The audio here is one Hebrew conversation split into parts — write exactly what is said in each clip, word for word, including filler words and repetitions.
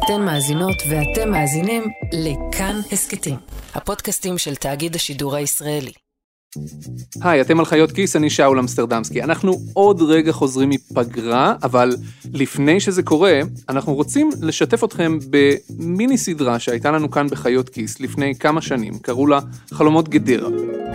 אתן מאזינות ואתם מאזינים לכאן הסקטים, הפודקאסטים של תאגיד השידור הישראלי. היי, אתם על חיות כיס, אני שאול אמסטרדמסקי. אנחנו עוד רגע חוזרים מפגרה, אבל לפני שזה קורה, אנחנו רוצים לשתף אתכם במיני סדרה שהייתה לנו כאן בחיות כיס לפני כמה שנים, קראו לה חלומות גדרה.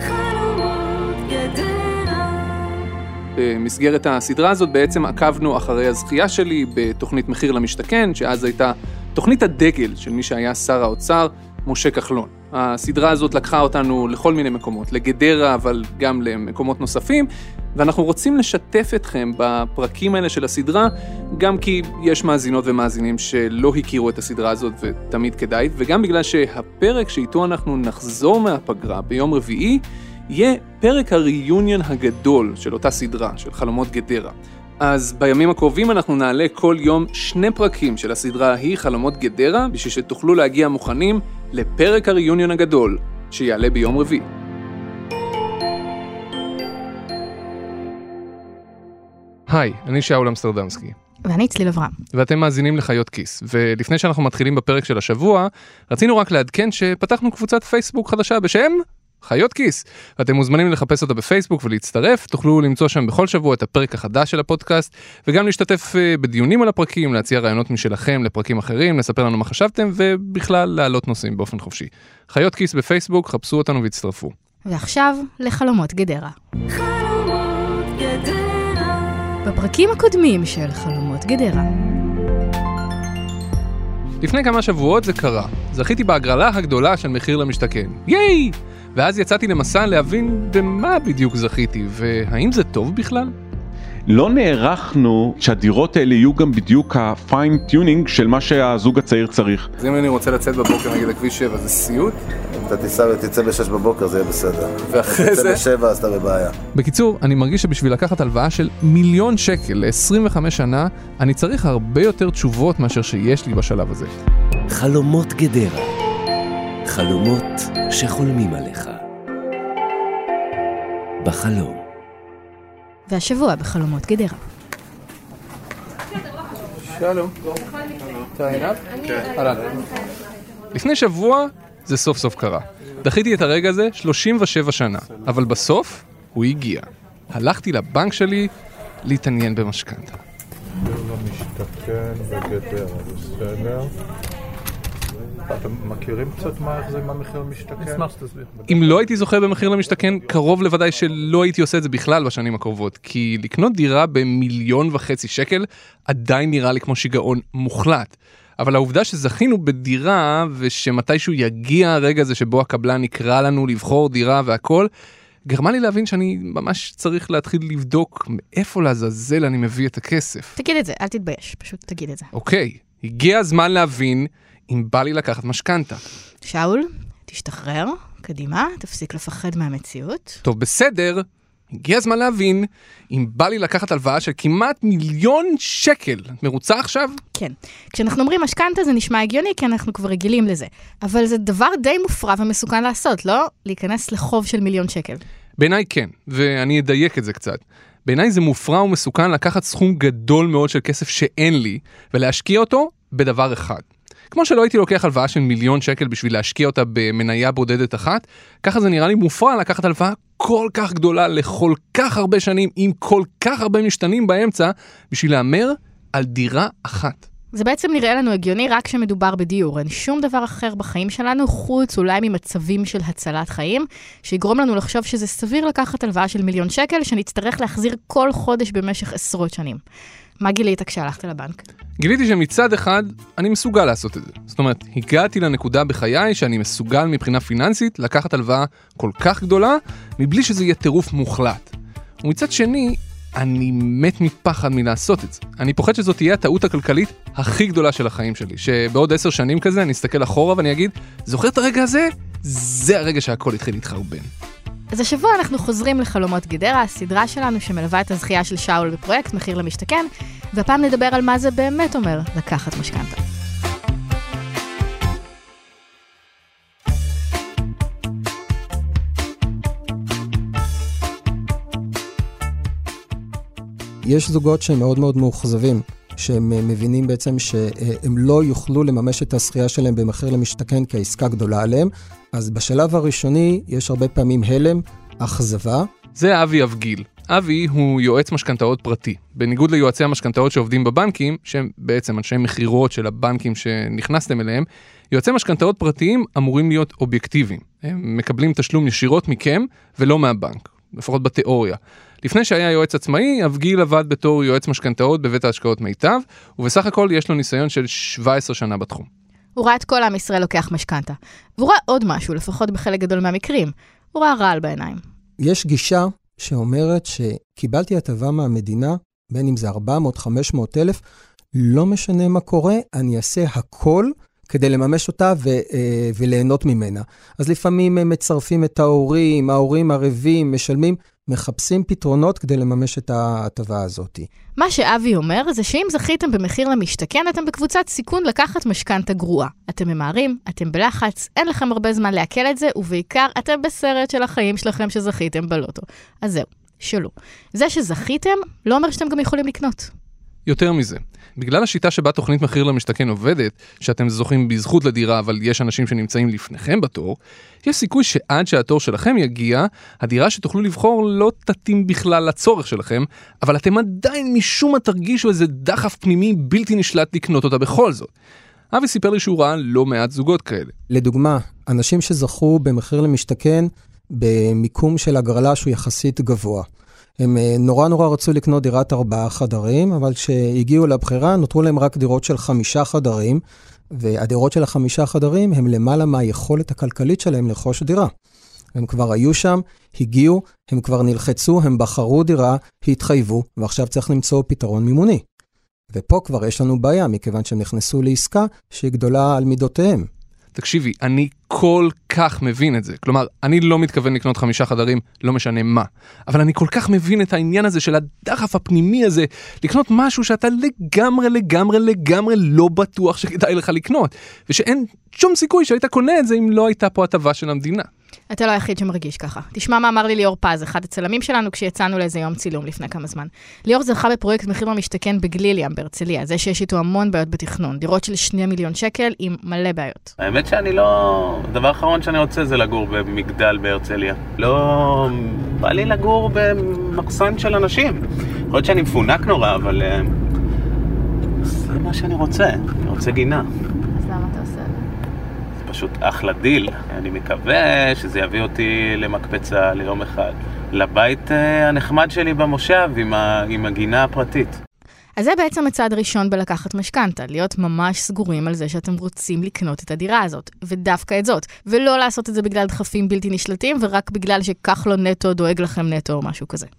במסגרת הסדרה הזאת בעצם עקבנו אחרי הזכייה שלי בתוכנית מחיר למשתכן, שאז הייתה תוכנית הדגל של מי שהיה שר האוצר, משה כחלון. הסדרה הזאת לקחה אותנו לכל מיני מקומות, לגדרה, אבל גם למקומות נוספים, ואנחנו רוצים לשתף אתכם בפרקים האלה של הסדרה, גם כי יש מאזינות ומאזינים שלא הכירו את הסדרה הזאת ותמיד כדאי, וגם בגלל שהפרק שאיתו אנחנו נחזור מהפגרה ביום רביעי, יהיה פרק הריוניון הגדול של אותה סדרה, של חלומות גדרה. אז בימים הקרובים אנחנו נעלה כל יום שני פרקים של הסדרה ההיא, חלומות גדרה, בשביל שתוכלו להגיע מוכנים לפרק הריוניון הגדול, שיעלה ביום רביעי. היי, אני שאול אמסטרדמסקי. ואני צליל אברהם. ואתם מאזינים לחיות כיס. ולפני שאנחנו מתחילים בפרק של השבוע, רצינו רק לעדכן שפתחנו קבוצת פייסבוק חדשה בשם חיות כיס. ואתם מוזמנים לחפש אותה בפייסבוק ולהצטרף, תוכלו למצוא שם בכל שבוע את הפרק החדש של הפודקאסט, וגם להשתתף בדיונים על הפרקים, להציע רעיונות משלכם לפרקים אחרים, לספר לנו מה חשבתם, ובכלל להעלות נושאים באופן חופשי. חיות כיס בפייסבוק, חפשו אותנו והצטרפו. ועכשיו לחלומות גדרה. חלומות גדרה. בפרקים הקודמים של חלומות גדרה. לפני כמה שבועות זה קרה. זכיתי בהגרלה הגדולה של מחיר למשתכן. ייי! ואז יצאתי למסע להבין במה בדיוק זכיתי, והאם זה טוב בכלל? לא נערכנו שהדירות האלה יהיו גם בדיוק הפיין טיונינג של מה שהזוג הצעיר צריך. אז אם אני רוצה לצאת בבוקר נגיד לכביש שבע, זה סיוט? אם אתה תיסע ותצא בשש בבוקר זה יהיה בסדר. ואחרי זה? תצא בשבע אז אתה בבעיה. בקיצור, אני מרגיש שבשביל לקחת הלוואה של מיליון שקל ל-עשרים וחמש שנה, אני צריך הרבה יותר תשובות מאשר שיש לי בשלב הזה. חלומות גדרה. חלומות שחולמים עליך. בחלום. והשבוע בחלומות גדרה. שלום. אתה עינב? כן. לפני שבוע זה סוף סוף קרה. דחיתי את הרגע הזה שלושים ושבע שנה, אבל בסוף הוא הגיע. הלכתי לבנק שלי להתעניין במשכנתה. לא משתכן בגדרה, בסדר. אתם מכירים קצת מה איך זה מה מחיר למשתכן? אשמח שתסביר. אם לא הייתי זוכה במחיר למשתכן, קרוב לוודאי שלא הייתי עושה את זה בכלל בשנים הקרובות, כי לקנות דירה במיליון וחצי שקל עדיין נראה לי כמו שיגעון מוחלט. אבל העובדה שזכינו בדירה ושמתישהו יגיע הרגע הזה שבו הקבלן יקרא לנו לבחור דירה והכל, גרמה לי להבין שאני ממש צריך להתחיל לבדוק מאיפה לעזאזל אני מביא את הכסף. תגיד את זה, אל תתבייש, פשוט תגיד את זה. אוקיי, הגיע הזמן להבין אם בא לי לקחת משכנתה. שאול, תשתחרר, קדימה, תפסיק לפחד מהמציאות. טוב, בסדר, הגיע הזמן להבין אם בא לי לקחת הלוואה של כמעט מיליון שקל. מרוצה עכשיו? כן. כשאנחנו אומרים משכנתה זה נשמע הגיוני, כי אנחנו כבר רגילים לזה. אבל זה דבר די מופרע ומסוכן לעשות, לא? להיכנס לחוב של מיליון שקל. בעיניי כן, ואני אדייק את זה קצת. בעיניי זה מופרע ומסוכן לקחת סכום גדול מאוד של כסף שאין לי, ולהשקיע אותו בדבר אחד. כמו שלא הייתי לוקח הלוואה של מיליון שקל בשביל להשקיע אותה במניה בודדת אחת, ככה זה נראה לי מופרע לקחת הלוואה כל כך גדולה לכל כך הרבה שנים, עם כל כך הרבה משתנים באמצע, בשביל לאמר על דירה אחת. זה בעצם נראה לנו הגיוני רק כשמדובר בדיור. אין שום דבר אחר בחיים שלנו, חוץ אולי ממצבים של הצלת חיים, שיגרום לנו לחשוב שזה סביר לקחת הלוואה של מיליון שקל, שנצטרך להחזיר כל חודש במשך עשרות שנים. מה גילית כשהלכת לבנק? גיליתי שמצד אחד אני מסוגל לעשות את זה. זאת אומרת, הגעתי לנקודה בחיי שאני מסוגל מבחינה פיננסית לקחת הלוואה כל כך גדולה, מבלי שזה יהיה טירוף מוחלט. ומצד שני, אני מת מפחד מלעשות את זה. אני פוחד שזאת תהיה הטעות הכלכלית הכי גדולה של החיים שלי, שבעוד עשר שנים כזה אני אסתכל אחורה ואני אגיד, זוכר את הרגע הזה? זה הרגע שהכל התחיל להתחרבן. אז השבוע אנחנו חוזרים לחלומות גדרה, הסדרה שלנו שמלווה את הזכייה של שאול בפרויקט מחיר למשתכן, והפעם נדבר על מה זה באמת אומר לקחת משכנתה. יש זוגות שהם מאוד מאוד מאוכזבים, שהם מבינים בעצם שהם לא יוכלו לממש את הזכייה שלהם במחיר למשתכן כי העסקה גדולה עליהם. אז בשלב הראשוני יש הרבה פעמים הלם, אכזבה. זה אבי אבגיל. אבי הוא יועץ משכנתאות פרטי. בניגוד ליועצי המשכנתאות שעובדים בבנקים, שהם בעצם אנשי מחירות של הבנקים שנכנסתם אליהם, יועצי משכנתאות פרטיים אמורים להיות אובייקטיביים. הם מקבלים תשלום ישירות מכם ולא מהבנק, לפחות בתיאוריה. לפני שהיה יועץ עצמאי, אבגיל עבד בתור יועץ משכנתאות בבית ההשקעות מיטב, ובסך הכל יש לו ניסיון של שבע עשרה שנה בתחום. הוא ראה את כל עם ישראל לוקח משכנתה. והוא ראה עוד משהו, לפחות בחלק גדול מהמקרים. הוא ראה רעל בעיניים. יש גישה שאומרת שקיבלתי הטבה מהמדינה, בין אם זה ארבע מאות חמש מאות אלף, לא משנה מה קורה, אני אעשה הכל כדי לממש אותה ו- וליהנות ממנה. אז לפעמים הם מצרפים את ההורים, ההורים ערבים, משלמים, מחפשים פתרונות כדי לממש את ההטבה הזאת. מה שאבי אומר זה שאם זכיתם במחיר למשתכן, אתם בקבוצת סיכון לקחת משכנתה גרועה. אתם ממהרים, אתם בלחץ, אין לכם הרבה זמן לעכל את זה, ובעיקר אתם בסרט של החיים שלכם שזכיתם בלוטו. אז זהו, שלו. זה שזכיתם לא אומר שאתם גם יכולים לקנות. יותר מזה, בגלל השיטה שבה תוכנית מחיר למשתכן עובדת, שאתם זוכים בזכות לדירה, אבל יש אנשים שנמצאים לפניכם בתור, יש סיכוי שעד שהתור שלכם יגיע, הדירה שתוכלו לבחור לא תתאים בכלל לצורך שלכם, אבל אתם עדיין משום מה תרגישו איזה דחף פנימי בלתי נשלט לקנות אותה בכל זאת. אבי סיפר לי שהוא ראה לא מעט זוגות כאלה. לדוגמה, אנשים שזכו במחיר למשתכן במיקום של הגרלה שהוא יחסית גבוה. הם נורא נורא רצו לקנות דירת ארבעה חדרים, אבל כשהגיעו לבחירה נותרו להם רק דירות של חמישה חדרים, והדירות של החמישה חדרים הם למעלה מהיכולת הכלכלית שלהם לרכוש דירה. הם כבר היו שם, הגיעו, הם כבר נלחצו, הם בחרו דירה, התחייבו, ועכשיו צריך למצוא פתרון מימוני. ופה כבר יש לנו בעיה, מכיוון שהם נכנסו לעסקה שהיא גדולה על מידותיהם. תקשיבי, אני כל כך מבין את זה. כלומר, אני לא מתכוון לקנות חמישה חדרים, לא משנה מה. אבל אני כל כך מבין את העניין הזה של הדחף הפנימי הזה, לקנות משהו שאתה לגמרי, לגמרי, לגמרי לא בטוח שכדאי לך לקנות. ושאין שום סיכוי שהיית קונה את זה אם לא הייתה פה הטבה של המדינה. אתה לא היחיד שמרגיש ככה. תשמע מה אמר לי ליאור פז, אחד הצלמים שלנו כשיצאנו לאיזה יום צילום לפני כמה זמן. ליאור זכה בפרויקט מחיר למשתכן בגליליאם בהרצליה, זה שיש איתו המון בעיות בתכנון, דירות של שני מיליון שקל עם מלא בעיות. האמת שאני לא... הדבר האחרון שאני רוצה זה לגור במגדל בהרצליה. לא... בא לי לגור במחסן של אנשים. יכול להיות שאני מפונק נורא, אבל... זה מה שאני רוצה. אני רוצה גינה. אז למה אתה עושה? פשוט אחלה דיל. אני מקווה שזה יביא אותי למקפצה ליום אחד. לבית הנחמד שלי במושב עם, ה... עם הגינה הפרטית. אז זה בעצם הצעד הראשון בלקחת משכנתה, להיות ממש סגורים על זה שאתם רוצים לקנות את הדירה הזאת, ודווקא את זאת, ולא לעשות את זה בגלל דחפים בלתי נשלטים, ורק בגלל שכחלו נטו דואג לכם נטו או משהו כזה.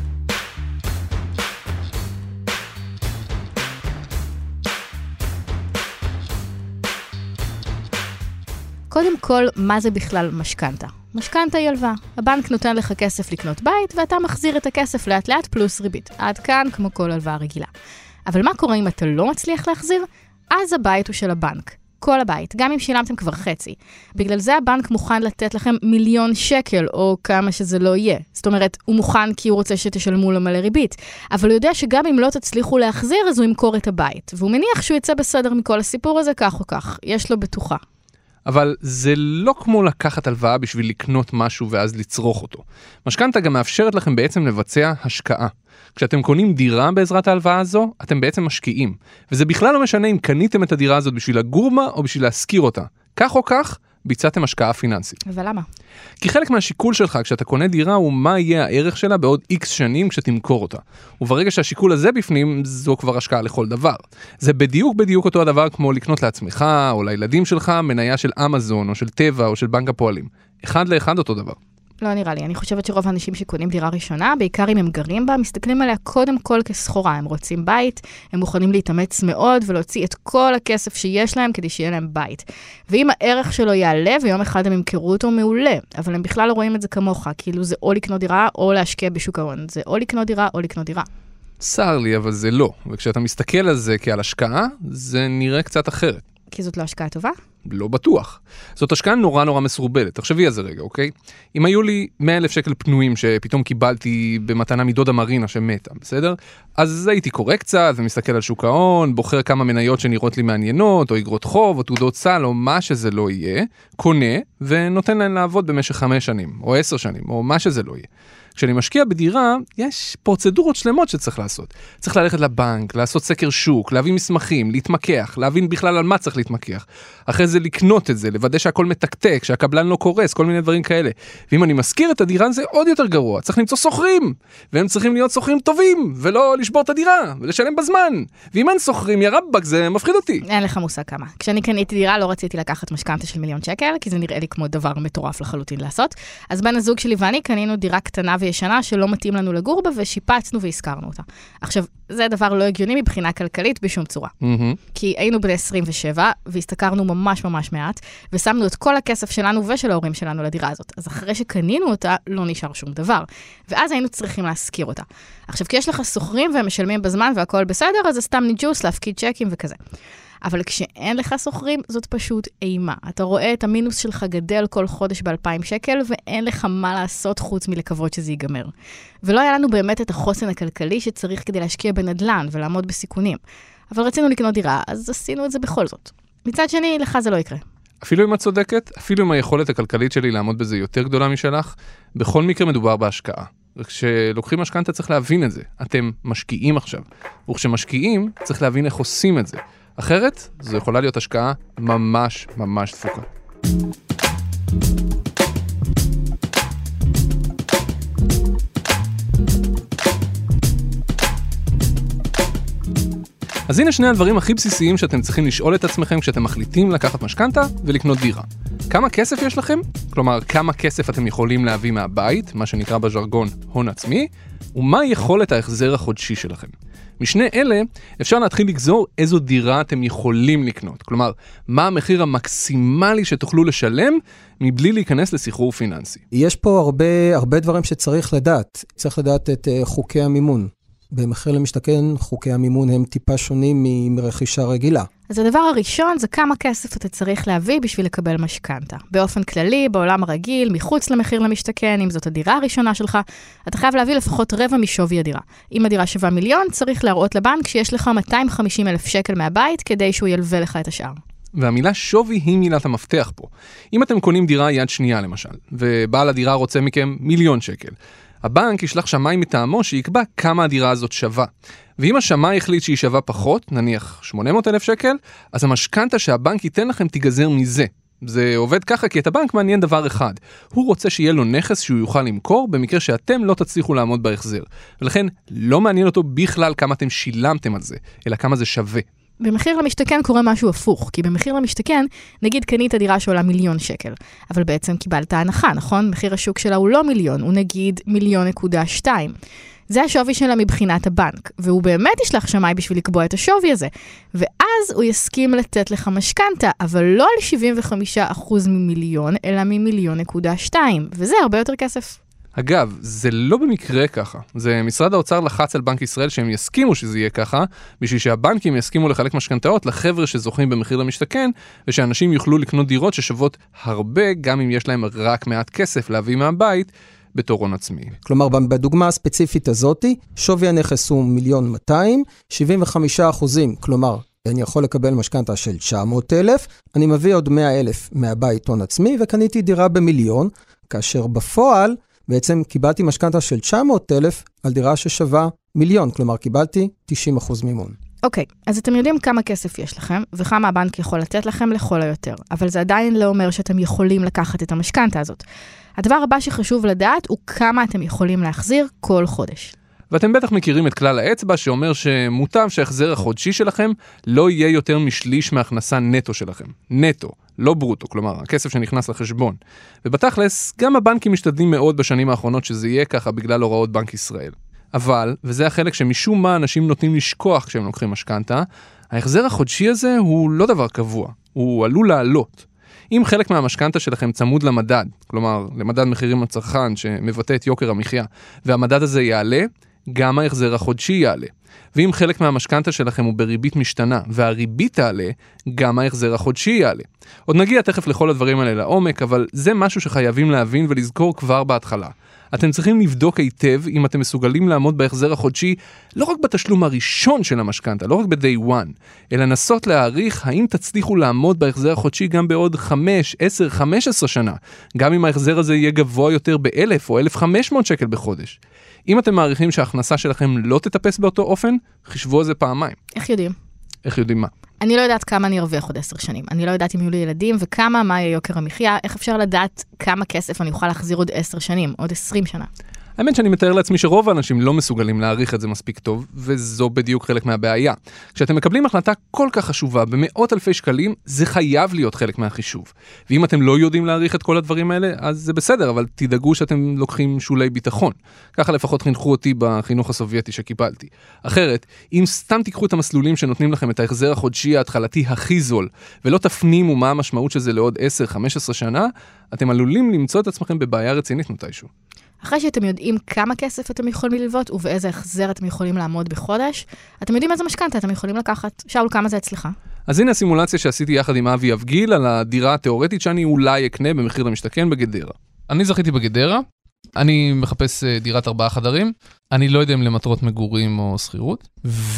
קודם כל, מה זה בכלל משכנתה? משכנתה היא הלוואה. הבנק נותן לך כסף לקנות בית, ואתה מחזיר את הכסף לאט לאט פלוס ריבית. עד כאן כמו כל הלוואה רגילה. אבל מה קורה אם אתה לא מצליח להחזיר? אז הבית הוא של הבנק. כל הבית, גם אם שילמתם כבר חצי. בגלל זה הבנק מוכן לתת לכם מיליון שקל, או כמה שזה לא יהיה. זאת אומרת, הוא מוכן כי הוא רוצה שתשלמו לו מלא ריבית. אבל הוא יודע שגם אם לא תצליחו להחזיר, אז הוא ימכור את הבית. והוא מניח שהוא יצא בסדר מכל הסיפור הזה, כך או כך. יש לו בטוחה. אבל זה לא כמו לקחת הלוואה בשביל לקנות משהו ואז לצרוך אותו. משכנתה גם מאפשרת לכם בעצם לבצע השקעה. כשאתם קונים דירה בעזרת ההלוואה הזו, אתם בעצם משקיעים. וזה בכלל לא משנה אם קניתם את הדירה הזאת בשביל לגור בה או בשביל להשכיר אותה. כך או כך, ביצעתם השקעה פיננסית. אבל למה? כי חלק מהשיקול שלך כשאתה קונה דירה הוא מה יהיה הערך שלה בעוד איקס שנים כשתמכור אותה. וברגע שהשיקול הזה בפנים, זו כבר השקעה לכל דבר. זה בדיוק בדיוק אותו הדבר כמו לקנות לעצמך או לילדים שלך מניה של אמזון או של טבע או של בנק הפועלים. אחד לאחד אותו דבר. לא נראה לי. אני חושבת שרוב האנשים שקונים דירה ראשונה, בעיקר אם הם גרים בה, מסתכלים עליה קודם כל כסחורה. הם רוצים בית, הם מוכנים להתאמץ מאוד ולהוציא את כל הכסף שיש להם כדי שיהיה להם בית. ואם הערך שלו יעלה ויום אחד הם ימכרו אותו מעולה, אבל הם בכלל לא רואים את זה כמוך, כאילו זה או לקנות דירה או להשקיע בשוק ההון. זה או לקנות דירה או לקנות דירה. צר לי, אבל זה לא. וכשאתה מסתכל על זה כעל השקעה, זה נראה קצת אחרת. כי זאת לא השקעה טובה? לא בטוח. זאת השקעה נורא נורא מסורבלת. תחשבי על זה רגע, אוקיי? אם היו לי מאה אלף שקל פנויים שפתאום קיבלתי במתנה מדודה מרינה שמתה, בסדר? אז הייתי קורא קצת ומסתכל על שוק ההון, בוחר כמה מניות שנראות לי מעניינות, או אגרות חוב, או תעודות סל, או מה שזה לא יהיה, קונה ונותן להן לעבוד במשך חמש שנים, או עשר שנים, או מה שזה לא יהיה. כשאני משקיע בדירה, יש פרוצדורות שלמות שצריך לעשות. צריך ללכת לבנק, לעשות סקר שוק, להביא מסמכים, להתמקח, להבין בכלל על מה צריך להתמקח. אחרי זה לקנות את זה, לוודא שהכל מתקתק, שהקבלן לא קורס, כל מיני דברים כאלה. ואם אני מזכיר את הדירה, זה עוד יותר גרוע. צריך למצוא סוחרים, והם צריכים להיות סוחרים טובים, ולא לשבור את הדירה, ולשלם בזמן. ואם אין סוחרים, יא רבק, זה מפחיד אותי. אין לך מושג כמה. כשאני קניתי דירה, לא רציתי לקחת משכנתה של מיליון שקל, כי זה נראה לי כמו דבר מטורף לחלוטין לעשות. אז בן הזוג שלי ואני קנינו דירה קטנה וישנה שלא מתאים לנו לגור בה, ושיפצנו והזכרנו אותה. עכשיו, זה דבר לא הגיוני מבחינה כלכלית בשום צורה. Mm-hmm. כי היינו בני עשרים ושבע, והסתכרנו ממש ממש מעט, ושמנו את כל הכסף שלנו ושל ההורים שלנו לדירה הזאת. אז אחרי שקנינו אותה, לא נשאר שום דבר. ואז היינו צריכים להזכיר אותה. עכשיו, כי יש לך סוחרים והם משלמים בזמן והכל בסדר, אז זה סתם ניג'וס להפקיד צ'קים וכזה. אבל כשאין לך סוחרים, זאת פשוט אימה. אתה רואה את המינוס שלך גדל כל חודש ב-אלפיים שקל, ואין לך מה לעשות חוץ מלקוות שזה ייגמר. ולא היה לנו באמת את החוסן הכלכלי שצריך כדי להשקיע בנדלן ולעמוד בסיכונים. אבל רצינו לקנות דירה, אז עשינו את זה בכל זאת. מצד שני, לך זה לא יקרה. אפילו אם את צודקת, אפילו אם היכולת הכלכלית שלי לעמוד בזה יותר גדולה משלך, בכל מקרה מדובר בהשקעה. כשלוקחים משכנתה צריך להבין את זה. אתם משקיעים עכשיו. וכשמשקיעים צריך להבין איך עושים את זה. אחרת, זו יכולה להיות השקעה ממש ממש דפוקה. אז הנה שני הדברים הכי בסיסיים שאתם צריכים לשאול את עצמכם כשאתם מחליטים לקחת משכנתה ולקנות דירה. כמה כסף יש לכם? כלומר, כמה כסף אתם יכולים להביא מהבית, מה שנקרא בז'רגון הון עצמי, ומה יכולת ההחזר החודשי שלכם. משני אלה אפשר להתחיל לגזור איזו דירה אתם יכולים לקנות. כלומר, מה המחיר המקסימלי שתוכלו לשלם מבלי להיכנס לסחרור פיננסי. יש פה הרבה, הרבה דברים שצריך לדעת. צריך לדעת את uh, חוקי המימון. במחיר למשתכן, חוקי המימון הם טיפה שונים מרכישה רגילה. אז הדבר הראשון זה כמה כסף אתה צריך להביא בשביל לקבל משכנתה. באופן כללי, בעולם הרגיל, מחוץ למחיר למשתכן, אם זאת הדירה הראשונה שלך, אתה חייב להביא לפחות רבע משווי הדירה. אם הדירה שווה מיליון, צריך להראות לבנק שיש לך מאתיים וחמישים אלף שקל מהבית, כדי שהוא ילווה לך את השאר. והמילה שווי היא מילת המפתח פה. אם אתם קונים דירה יד שנייה למשל, ובעל הדירה רוצה מכם מיליון שקל, הבנק ישלח שמאי מטעמו שיקבע כמה הדירה הזאת שווה. ואם השמאי החליט שהיא שווה פחות, נניח שמונה מאות אלף שקל, אז המשכנתה שהבנק ייתן לכם תיגזר מזה. זה עובד ככה כי את הבנק מעניין דבר אחד. הוא רוצה שיהיה לו נכס שהוא יוכל למכור במקרה שאתם לא תצליחו לעמוד בהחזר. ולכן לא מעניין אותו בכלל כמה אתם שילמתם על זה, אלא כמה זה שווה. במחיר למשתכן קורה משהו הפוך, כי במחיר למשתכן, נגיד קנית דירה שעולה מיליון שקל, אבל בעצם קיבלת הנחה, נכון? מחיר השוק שלה הוא לא מיליון, הוא נגיד מיליון נקודה שתיים. זה השווי שלה מבחינת הבנק, והוא באמת ישלח שמאי בשביל לקבוע את השווי הזה, ואז הוא יסכים לתת לך משכנתה, אבל לא על שבעים וחמישה אחוז ממיליון, אלא ממיליון נקודה שתיים, וזה הרבה יותר כסף. אגב, זה לא במקרה ככה. זה משרד האוצר לחץ על בנק ישראל שהם יסכימו שזה יהיה ככה, בשביל שהבנקים יסכימו לחלק משכנתאות לחבר'ה שזוכים במחיר למשתכן, ושאנשים יוכלו לקנות דירות ששוות הרבה, גם אם יש להם רק מעט כסף להביא מהבית, בתור הון עצמי. כלומר, בדוגמה הספציפית הזאת, שווי הנכס הוא מיליון מאתיים, שבעים וחמישה אחוזים, כלומר, אני יכול לקבל משכנתה של תשע מאות אלף, אני מביא עוד מאה אלף מהבית הון עצמי, וקניתי דירה במיליון, כאשר בפועל, בעצם קיבלתי משכנתה של תשע מאות אלף על דירה ששווה מיליון, כלומר קיבלתי תשעים אחוז מימון. אוקיי, אז אתם יודעים כמה כסף יש לכם, וכמה הבנק יכול לתת לכם לכל היותר, אבל זה עדיין לא אומר שאתם יכולים לקחת את המשכנתה הזאת. הדבר הבא שחשוב לדעת הוא כמה אתם יכולים להחזיר כל חודש. ואתם בטח מכירים את כלל האצבע שאומר שמוטב שההחזר החודשי שלכם לא יהיה יותר משליש מההכנסה נטו שלכם. נטו, לא ברוטו, כלומר, הכסף שנכנס לחשבון. ובתכלס, גם הבנקים משתדלים מאוד בשנים האחרונות שזה יהיה ככה בגלל הוראות בנק ישראל. אבל, וזה החלק שמשום מה אנשים נותנים לשכוח כשהם לוקחים משכנתה, ההחזר החודשי הזה הוא לא דבר קבוע, הוא עלול לעלות. אם חלק מהמשכנתה שלכם צמוד למדד, כלומר, למדד מחירים לצרכן שמבטא את יוקר המחיה, והמדד הזה יעלה, גם ההחזר החודשי יעלה. ואם חלק מהמשכנתה שלכם הוא בריבית משתנה, והריבית תעלה, גם ההחזר החודשי יעלה. עוד נגיע תכף לכל הדברים האלה לעומק, אבל זה משהו שחייבים להבין ולזכור כבר בהתחלה. אתם צריכים לבדוק היטב אם אתם מסוגלים לעמוד בהחזר החודשי, לא רק בתשלום הראשון של המשכנתה, לא רק ב-day one, אלא נסות להעריך האם תצליחו לעמוד בהחזר החודשי גם בעוד חמש, עשר, חמש עשרה שנה, גם אם ההחזר הזה יהיה גבוה יותר ב-אלף או אלף וחמש מאות שקל בחודש. אם אתם מעריכים שההכנסה שלכם לא תטפס באותו אופן, חישבו על זה פעמיים. איך יודעים? איך יודעים מה? אני לא יודעת כמה אני ארוויח עוד עשר שנים. אני לא יודעת אם יהיו לי ילדים וכמה, מה יהיה יוקר המחיה, איך אפשר לדעת כמה כסף אני אוכל להחזיר עוד עשר שנים, עוד עשרים שנה. האמת שאני מתאר לעצמי שרוב האנשים לא מסוגלים להעריך את זה מספיק טוב, וזו בדיוק חלק מהבעיה. כשאתם מקבלים החלטה כל כך חשובה במאות אלפי שקלים, זה חייב להיות חלק מהחישוב. ואם אתם לא יודעים להעריך את כל הדברים האלה, אז זה בסדר, אבל תדאגו שאתם לוקחים שולי ביטחון. ככה לפחות חינכו אותי בחינוך הסובייטי שקיבלתי. אחרת, אם סתם תיקחו את המסלולים שנותנים לכם את ההחזר החודשי ההתחלתי הכי זול, ולא תפנימו מה המשמעות של זה לעוד עשר חמש עשרה שנה, אתם עלולים למצוא את עצמכם בבעיה רצינית מתישהו. אחרי שאתם יודעים כמה כסף אתם יכולים ללוות ובאיזה החזר אתם יכולים לעמוד בחודש, אתם יודעים איזה משכנתה אתם יכולים לקחת. שאול, כמה זה אצלך? אז הנה הסימולציה שעשיתי יחד עם אבי אבגיל על הדירה התיאורטית שאני אולי אקנה במחיר למשתכן בגדרה. אני זכיתי בגדרה, אני מחפש דירת ארבעה חדרים, אני לא יודע אם למטרות מגורים או שכירות,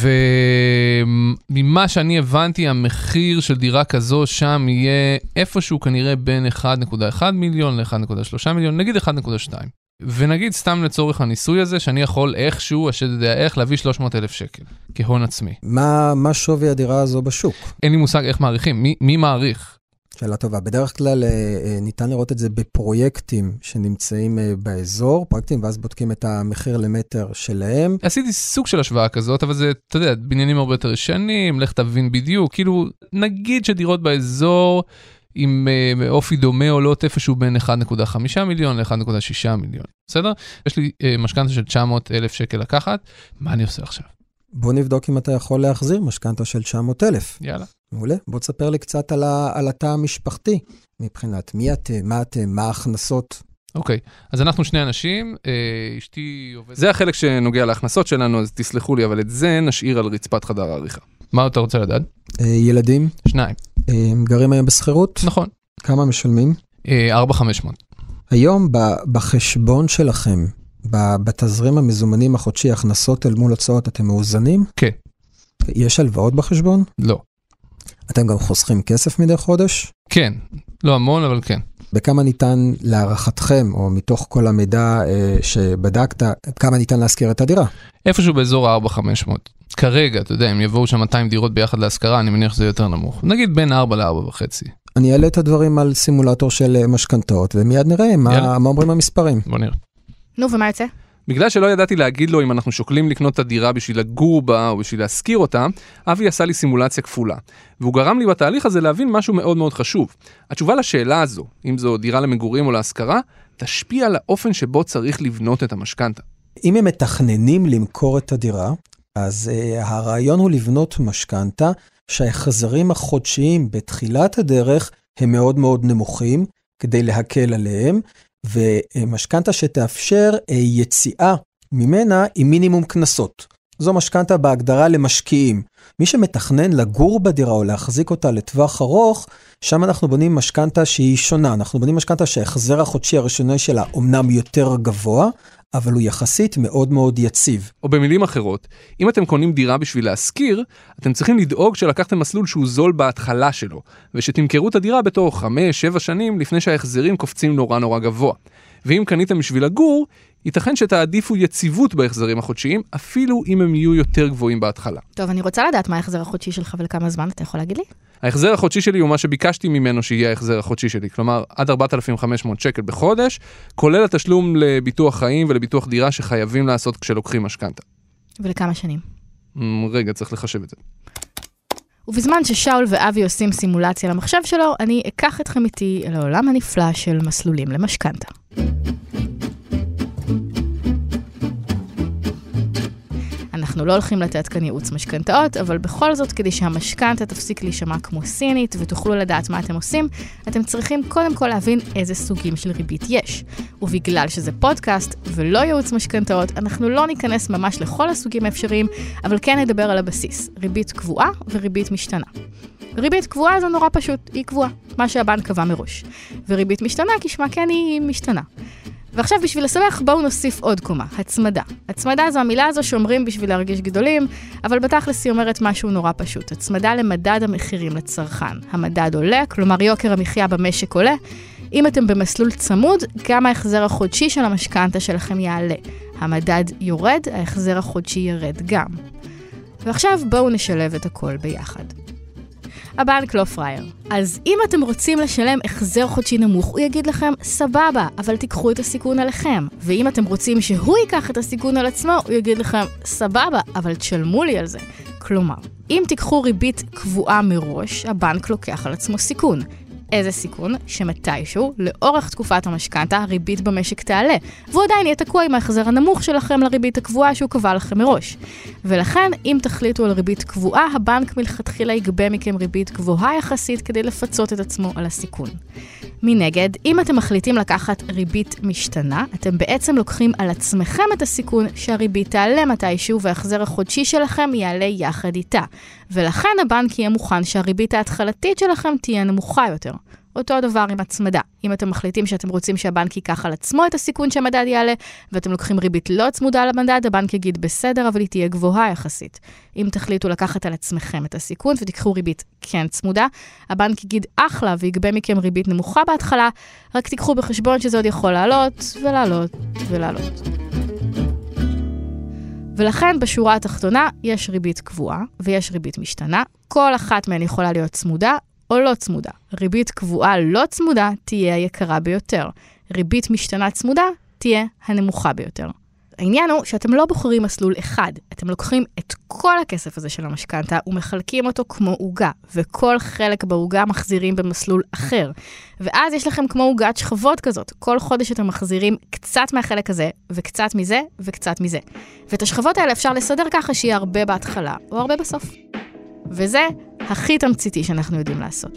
וממה שאני הבנתי, המחיר של דירה כזו שם יהיה איפשהו כנראה בין אחד נקודה אחת מיליון ל-אחד נקודה שלושה מיליון, נגיד אחד נקודה שתיים. ונגיד סתם לצורך הניסוי הזה, שאני יכול איכשהו, השד יודע איך, להביא שלוש מאות אלף שקל, כהון עצמי. מה, מה שווי הדירה הזו בשוק? אין לי מושג איך מעריכים, מי, מי מעריך? שאלה טובה. בדרך כלל ניתן לראות את זה בפרויקטים שנמצאים באזור, פרויקטים, ואז בודקים את המחיר למטר שלהם. עשיתי סוג של השוואה כזאת, אבל זה, אתה יודע, בניינים הרבה יותר ישנים, לך תבין בדיוק, כאילו, נגיד שדירות באזור, עם uh, אופי דומה או לא איפשהו בין אחד נקודה חמש מיליון ל-אחד נקודה שש מיליון. בסדר? יש לי uh, משכנתה של תשע מאות אלף שקל לקחת, מה אני עושה עכשיו? בוא נבדוק אם אתה יכול להחזיר משכנתה של תשע מאות אלף. יאללה. מעולה. בוא תספר לי קצת על, ה, על התא המשפחתי, מבחינת מי אתם, מה אתם, מה ההכנסות. אוקיי, אז אנחנו שני אנשים, אה, אשתי עובדת... זה החלק שנוגע להכנסות שלנו, אז תסלחו לי, אבל את זה נשאיר על רצפת חדר העריכה. מה אתה רוצה לדעת? אה, ילדים? שניים. הם גרים היום בסחירות? נכון. כמה משלמים? ארבע אלף וחמש מאות. היום בחשבון שלכם, בתזרים המזומנים החודשי, הכנסות אל מול הוצאות, אתם מאוזנים? כן. יש הלוואות בחשבון? לא. אתם גם חוסכים כסף מדי חודש? כן. לא המון, אבל כן. בכמה ניתן להערכתכם, או מתוך כל המידע אה, שבדקת, כמה ניתן להשכיר את הדירה? איפשהו באזור ארבע אלף וחמש מאות. כרגע, אתה יודע, אם יבואו שם מאתיים דירות ביחד להשכרה, אני מניח שזה יותר נמוך. נגיד בין ארבע לארבע וחצי. אני אעלה את הדברים על סימולטור של משכנתאות, ומיד נראה מה, מה אומרים המספרים. בוא נראה. נו, ומה יוצא? בגלל שלא ידעתי להגיד לו אם אנחנו שוקלים לקנות את הדירה בשביל לגור בה או בשביל להשכיר אותה, אבי עשה לי סימולציה כפולה. והוא גרם לי בתהליך הזה להבין משהו מאוד מאוד חשוב. התשובה לשאלה הזו, אם זו דירה למגורים או להשכרה, תשפיע על האופן שבו צריך לבנות את המשכנתה. אם הם מתכננים למכור את הדירה, אז uh, הרעיון הוא לבנות משכנתה שההחזרים החודשיים בתחילת הדרך הם מאוד מאוד נמוכים, כדי להקל עליהם, ומשכנתה שתאפשר uh, יציאה ממנה עם מינימום כנסות. זו משכנתה בהגדרה למשקיעים. מי שמתכנן לגור בדירה או להחזיק אותה לטווח ארוך, שם אנחנו בונים משכנתה שהיא שונה. אנחנו בונים משכנתה שההחזר החודשי הראשוני שלה אומנם יותר גבוה, אבל הוא יחסית מאוד מאוד יציב. או במילים אחרות, אם אתם קונים דירה בשביל להשכיר, אתם צריכים לדאוג שלקחתם מסלול שהוא זול בהתחלה שלו, ושתמכרו את הדירה בתוך חמש, שבע שנים לפני שההחזרים קופצים נורא נורא גבוה. ואם קניתם בשביל לגור, ייתכן שתעדיפו יציבות בהחזרים החודשיים, אפילו אם הם יהיו יותר גבוהים בהתחלה. טוב, אני רוצה לדעת מה ההחזר החודשי שלך ולכמה זמן, אתה יכול להגיד לי? ההחזר החודשי שלי הוא מה שביקשתי ממנו שיהיה ההחזר החודשי שלי, כלומר עד ארבעת אלפים וחמש מאות שקל בחודש, כולל התשלום לביטוח חיים ולביטוח דירה שחייבים לעשות כשלוקחים משכנתה. ולכמה שנים? רגע, צריך לחשב את זה. ובזמן ששאול ואבי עושים סימולציה למחשב שלו, אני אקח אתכם איתי אל העולם הנפלא של מסלולים למשכנתה. אנחנו אנחנו לא הולכים לתת כאן ייעוץ משכנתאות, אבל בכל זאת, כדי שהמשכנתה תפסיק להישמע כמו סינית ותוכלו לדעת מה אתם עושים, אתם צריכים קודם כל להבין איזה סוגים של ריבית יש. ובגלל שזה פודקאסט ולא ייעוץ משכנתאות, אנחנו לא ניכנס ממש לכל הסוגים האפשריים, אבל כן נדבר על הבסיס, ריבית קבועה וריבית משתנה. ריבית קבועה זה נורא פשוט, היא קבועה, מה שהבנק קבע מראש. וריבית משתנה, כשמה כן היא משתנה. ועכשיו בשביל לסבך בואו נוסיף עוד קומה, הצמדה. הצמדה זו המילה הזו שאומרים בשביל להרגיש גדולים, אבל בתכלס היא אומרת משהו נורא פשוט. הצמדה למדד המחירים לצרכן. המדד עולה, כלומר יוקר המחיה במשק עולה. אם אתם במסלול צמוד, גם ההחזר החודשי של המשכנתה שלכם יעלה. המדד יורד, ההחזר החודשי ירד גם. ועכשיו בואו נשלב את הכל ביחד. הבנק לא פרייר. אז אם אתם רוצים לשלם החזר חודשי נמוך, הוא יגיד לכם, סבבה, אבל תיקחו את הסיכון עליכם. ואם אתם רוצים שהוא ייקח את הסיכון על עצמו, הוא יגיד לכם, סבבה, אבל תשלמו לי על זה. כלומר, אם תיקחו ריבית קבועה מראש, הבנק לוקח על עצמו סיכון. איזה סיכון? שמתישהו, לאורך תקופת המשכנתה, הריבית במשק תעלה, והוא עדיין יהיה תקוע עם ההחזר הנמוך שלכם לריבית הקבועה שהוא קבע לכם מראש. ולכן, אם תחליטו על ריבית קבועה, הבנק מלכתחילה יגבה מכם ריבית גבוהה יחסית כדי לפצות את עצמו על הסיכון. מנגד, אם אתם מחליטים לקחת ריבית משתנה, אתם בעצם לוקחים על עצמכם את הסיכון שהריבית תעלה מתישהו וההחזר החודשי שלכם יעלה יחד איתה. ולכן הבנק יהיה מוכן שהריבית ההתחלתית שלכם תהיה נמוכה יותר. אותו דבר עם הצמדה. אם אתם מחליטים שאתם רוצים שהבנק ייקח על עצמו את הסיכון שהמדד יעלה, ואתם לוקחים ריבית לא צמודה למדד, הבנק יגיד בסדר, אבל היא תהיה גבוהה יחסית. אם תחליטו לקחת על עצמכם את הסיכון ותיקחו ריבית כן צמודה, הבנק יגיד אחלה ויגבה מכם ריבית נמוכה בהתחלה, רק תיקחו בחשבון שזה עוד יכול לעלות ולעלות ולעלות. ולכן בשורה התחתונה יש ריבית קבועה ויש ריבית משתנה. כל אחת מהן יכולה להיות צמודה או לא צמודה. ריבית קבועה לא צמודה תהיה היקרה ביותר. ריבית משתנה צמודה תהיה הנמוכה ביותר. העניין הוא שאתם לא בוחרים מסלול אחד. אתם לוקחים את כל הכסף הזה של המשכנתה ומחלקים אותו כמו עוגה, וכל חלק בעוגה מחזירים במסלול אחר. ואז יש לכם כמו עוגת שכבות כזאת. כל חודש אתם מחזירים קצת מהחלק הזה, וקצת מזה, וקצת מזה. ואת השכבות האלה אפשר לסדר ככה שיהיה הרבה בהתחלה, או הרבה בסוף. וזה הכי תמציתי שאנחנו יודעים לעשות.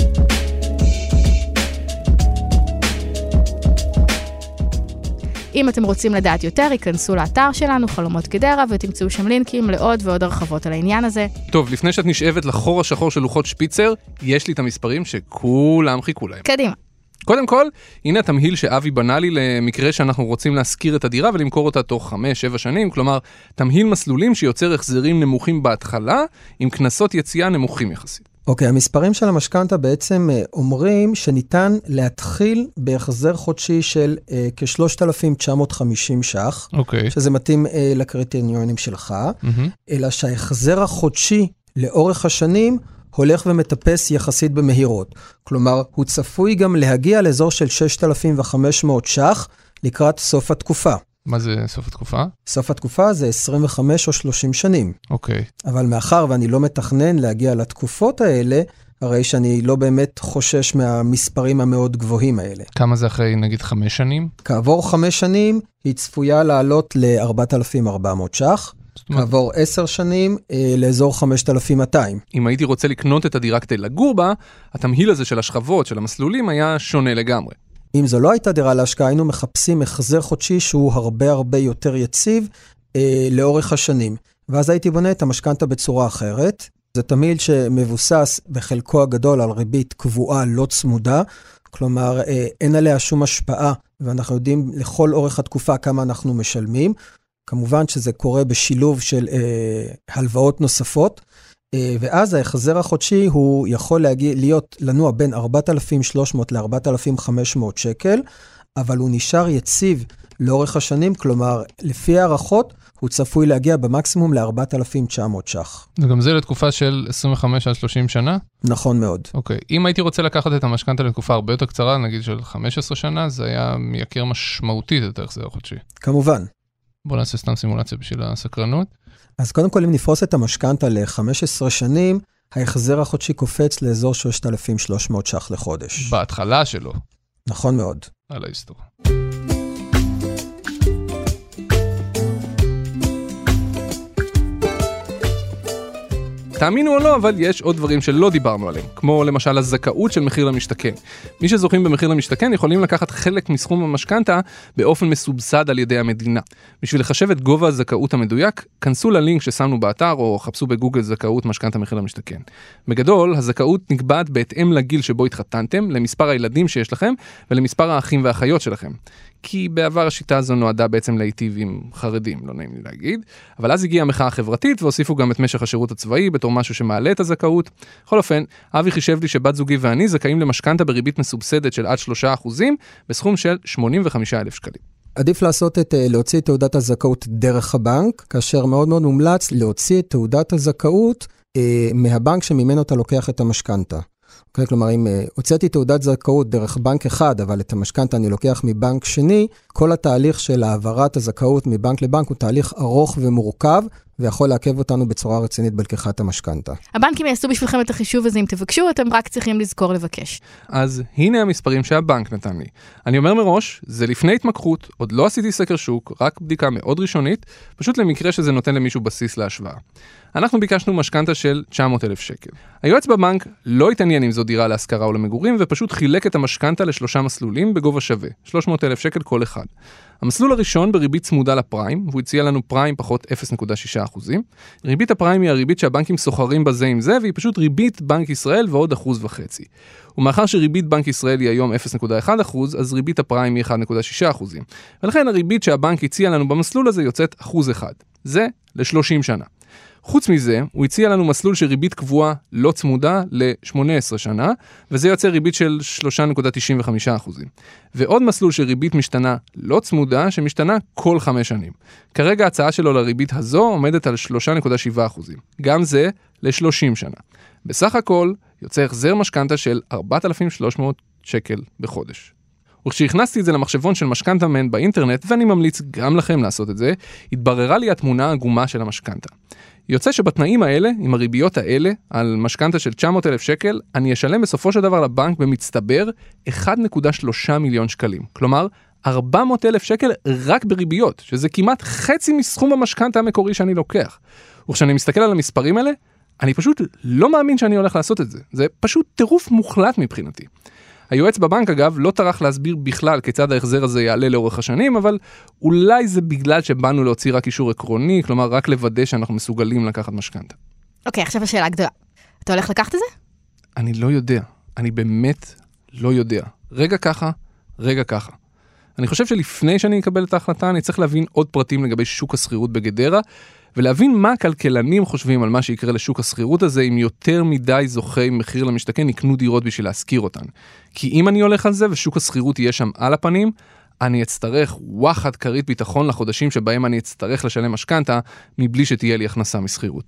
אם אתם רוצים לדעת יותר, ייכנסו לאתר שלנו, חלומות גדרה, ותמצאו שם לינקים לעוד ועוד הרחבות על העניין הזה. טוב, לפני שאת נשאבת לחור השחור של לוחות שפיצר, יש לי את המספרים שכולם חיכו להם. קדימה. קודם כל, הנה התמהיל שאבי בנה לי למקרה שאנחנו רוצים להשכיר את הדירה ולמכור אותה תוך חמש, שבע שנים, כלומר, תמהיל מסלולים שיוצר החזרים נמוכים בהתחלה, עם כנסות יציאה נמוכים יחסית. אוקיי, okay, המספרים של המשכנתה בעצם אומרים שניתן להתחיל בהחזר חודשי של uh, כ-שלושת אלפים תשע מאות וחמישים ש"ח, okay. שזה מתאים uh, לקריטריונים שלך, mm-hmm. אלא שההחזר החודשי לאורך השנים הולך ומטפס יחסית במהירות. כלומר, הוא צפוי גם להגיע לאזור של שישת אלפים וחמש מאות ש"ח לקראת סוף התקופה. מה זה סוף התקופה? סוף התקופה זה עשרים וחמש או שלושים שנים. אוקיי. אבל מאחר ואני לא מתכנן להגיע לתקופות האלה, הרי שאני לא באמת חושש מהמספרים המאוד גבוהים האלה. כמה זה אחרי נגיד חמש שנים? כעבור חמש שנים היא צפויה לעלות ל-ארבעת אלפים וארבע מאות ש"ח. כעבור עשר שנים אה, לאזור חמשת אלפים ומאתיים. אם הייתי רוצה לקנות את הדירה כדי לגור בה, התמהיל הזה של השכבות, של המסלולים, היה שונה לגמרי. אם זו לא הייתה דירה להשקעה, היינו מחפשים החזר חודשי שהוא הרבה הרבה יותר יציב אה, לאורך השנים. ואז הייתי בונה את המשכנתה בצורה אחרת. זה תמהיל שמבוסס בחלקו הגדול על ריבית קבועה לא צמודה, כלומר אה, אין עליה שום השפעה, ואנחנו יודעים לכל אורך התקופה כמה אנחנו משלמים. כמובן שזה קורה בשילוב של אה, הלוואות נוספות, אה, ואז ההחזר החודשי הוא יכול להגיע, להיות לנוע בין ארבעת אלפים ושלוש מאות ל-ארבעת אלפים וחמש מאות שקל, אבל הוא נשאר יציב לאורך השנים, כלומר, לפי הערכות, הוא צפוי להגיע במקסימום ל-ארבעת אלפים ותשע מאות ש"ח. וגם זה לתקופה של עשרים וחמש עד שלושים שנה? נכון מאוד. אוקיי. אם הייתי רוצה לקחת את המשכנתה לתקופה הרבה יותר קצרה, נגיד של חמש עשרה שנה, זה היה מייקר משמעותית את ההחזר החודשי. כמובן. בוא נעשה סתם סימולציה בשביל הסקרנות. אז קודם כל, אם נפרוס את המשכנתה ל-חמש עשרה שנים, ההחזר החודשי קופץ לאזור שלושת אלפים ושלוש מאות ש"ח לחודש. בהתחלה שלו. נכון מאוד. על ההיסטור. תאמינו או לא, אבל יש עוד דברים שלא דיברנו עליהם, כמו למשל הזכאות של מחיר למשתכן. מי שזוכים במחיר למשתכן יכולים לקחת חלק מסכום המשכנתה באופן מסובסד על ידי המדינה. בשביל לחשב את גובה הזכאות המדויק, כנסו ללינק ששמנו באתר או חפשו בגוגל זכאות משכנתה מחיר למשתכן. בגדול, הזכאות נקבעת בהתאם לגיל שבו התחתנתם, למספר הילדים שיש לכם ולמספר האחים והאחיות שלכם. כי בעבר השיטה הזו נועדה בעצם להיטיב עם חרדים, לא נעים לי להגיד, אבל אז הגיעה המחאה החברתית והוסיפו גם את משך השירות הצבאי בתור משהו שמעלה את הזכאות. בכל אופן, אבי חישב לי שבת זוגי ואני זכאים למשכנתה בריבית מסובסדת של עד שלושה אחוזים בסכום של שמונים וחמישה אלף שקלים. עדיף לעשות את, להוציא את תעודת הזכאות דרך הבנק, כאשר מאוד מאוד מומלץ להוציא את תעודת הזכאות אה, מהבנק שממנו אתה לוקח את המשכנתה. Okay, כלומר, אם uh, הוצאתי תעודת זכאות דרך בנק אחד, אבל את המשכנתה אני לוקח מבנק שני, כל התהליך של העברת הזכאות מבנק לבנק הוא תהליך ארוך ומורכב, ויכול לעכב אותנו בצורה רצינית בלקיחת המשכנתה. הבנקים יעשו בשבילכם את החישוב הזה, אם תבקשו, אתם רק צריכים לזכור לבקש. אז הנה המספרים שהבנק נתן לי. אני אומר מראש, זה לפני התמקחות, עוד לא עשיתי סקר שוק, רק בדיקה מאוד ראשונית, פשוט למקרה שזה נותן למישהו בסיס להשוואה. אנחנו ביקשנו משכנתה של תשע מאות אלף שקל. היועץ בבנק לא התעניין אם זו דירה להשכרה או למגורים, ופשוט חילק את המשכנתה לשלושה מסלולים בגובה שווה, שלוש מאות אלף שקל כל אחד. המסלול הראשון בריבית צמודה לפריים, והוא הציע לנו פריים פחות אפס נקודה שישה אחוזים. ריבית הפריים היא הריבית שהבנקים סוחרים בזה עם זה, והיא פשוט ריבית בנק ישראל ועוד אחוז וחצי. ומאחר שריבית בנק ישראל היא היום אפס נקודה אחת אחוז, אז ריבית הפריים היא אחת נקודה שישה אחוזים. ולכן הריבית שהבנק הציע לנו במסלול הזה יוצאת אחוז אחד. זה ל-שלושים שנה. חוץ מזה, הוא הציע לנו מסלול של ריבית קבועה לא צמודה ל-שמונה עשרה שנה, וזה יוצא ריבית של שלוש נקודה תשעים וחמישה אחוזים. ועוד מסלול של ריבית משתנה לא צמודה, שמשתנה כל חמש שנים. כרגע ההצעה שלו לריבית הזו עומדת על שלוש נקודה שבע אחוזים. גם זה ל-שלושים שנה. בסך הכל, יוצא החזר משכנתה של ארבעת אלפים ושלוש מאות שקל בחודש. וכשהכנסתי את זה למחשבון של משכנתה מן באינטרנט, ואני ממליץ גם לכם לעשות את זה, התבררה לי התמונה העגומה של המשכנתה. יוצא שבתנאים האלה, עם הריביות האלה, על משכנתה של תשע מאות אלף שקל, אני אשלם בסופו של דבר לבנק במצטבר אחד נקודה שלוש מיליון שקלים. כלומר, ארבע מאות אלף שקל רק בריביות, שזה כמעט חצי מסכום המשכנתה המקורי שאני לוקח. וכשאני מסתכל על המספרים האלה, אני פשוט לא מאמין שאני הולך לעשות את זה. זה פשוט טירוף מוחלט מבחינתי. היועץ בבנק, אגב, לא טרח להסביר בכלל כיצד ההחזר הזה יעלה לאורך השנים, אבל אולי זה בגלל שבאנו להוציא רק אישור עקרוני, כלומר רק לוודא שאנחנו מסוגלים לקחת משכנתה. אוקיי, עכשיו השאלה גדולה. אתה הולך לקחת את זה? אני לא יודע. אני באמת לא יודע. רגע ככה, רגע ככה. אני חושב שלפני שאני אקבל את ההחלטה, אני צריך להבין עוד פרטים לגבי שוק הסחירות בגדרה, ולהבין מה הכלכלנים חושבים על מה שיקרה לשוק הסחירות הזה, אם יותר מדי זוכי מחיר למשתכן יקנו דירות בשביל להשכיר אותן. כי אם אני הולך על זה ושוק הסחירות יהיה שם על הפנים, אני אצטרך וואחד כרית ביטחון לחודשים שבהם אני אצטרך לשלם משכנתה, מבלי שתהיה לי הכנסה מסחירות.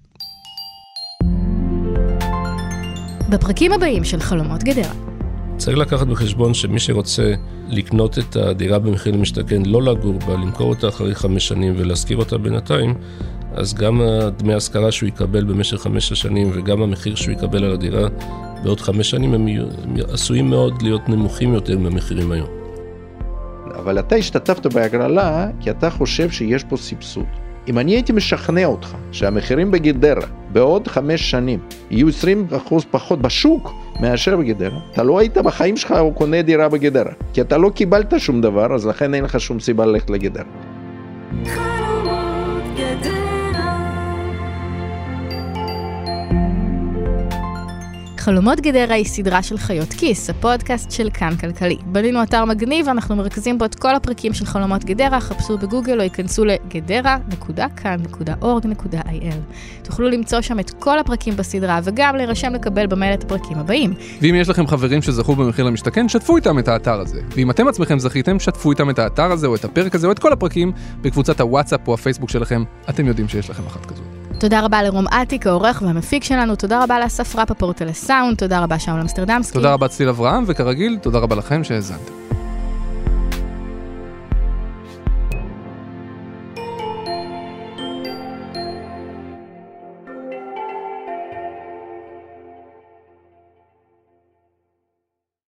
בפרקים הבאים של חלומות גדרה. צריך לקחת בחשבון שמי שרוצה לקנות את הדירה במחיר למשתכן, לא לגור בה, למכור אותה אחרי חמש שנים ולהשכיר אותה בינתיים, אז גם דמי ההשכרה שהוא יקבל במשך חמש השנים וגם המחיר שהוא יקבל על הדירה בעוד חמש שנים הם עשויים מאוד להיות נמוכים יותר מהמחירים היום. אבל אתה השתתפת בהגרלה כי אתה חושב שיש פה סבסוד. אם אני הייתי משכנע אותך שהמחירים בגדרה בעוד חמש שנים יהיו עשרים אחוז פחות בשוק מאשר בגדרה, אתה לא היית בחיים שלך או קונה דירה בגדרה, כי אתה לא קיבלת שום דבר, אז לכן אין לך שום סיבה ללכת לגדרה. חלומות גדרה היא סדרה של חיות כיס, הפודקאסט של כאן כלכלי. בנינו אתר מגניב, אנחנו מרכזים בו את כל הפרקים של חלומות גדרה, חפשו בגוגל או ייכנסו לגדרה נקודה כאן נקודה אורג נקודה איי אל. תוכלו למצוא שם את כל הפרקים בסדרה, וגם להירשם לקבל במייל את הפרקים הבאים. ואם יש לכם חברים שזכו במחיר למשתכן, שתפו איתם את האתר הזה. ואם אתם עצמכם זכיתם, שתפו איתם את האתר הזה או את הפרק הזה או את כל הפרקים בקבוצת הוואטסאפ או הפייסבוק שלכם. אתם יודעים שיש לכם אחת כזאת. תודה רבה לרום עתיק, העורך והמפיק שלנו, תודה רבה לאסף רפפורט על הסאונד, תודה רבה שאול אמסטרדמסקי. תודה רבה צליל אברהם, וכרגיל, תודה רבה לכם שהאזנתם.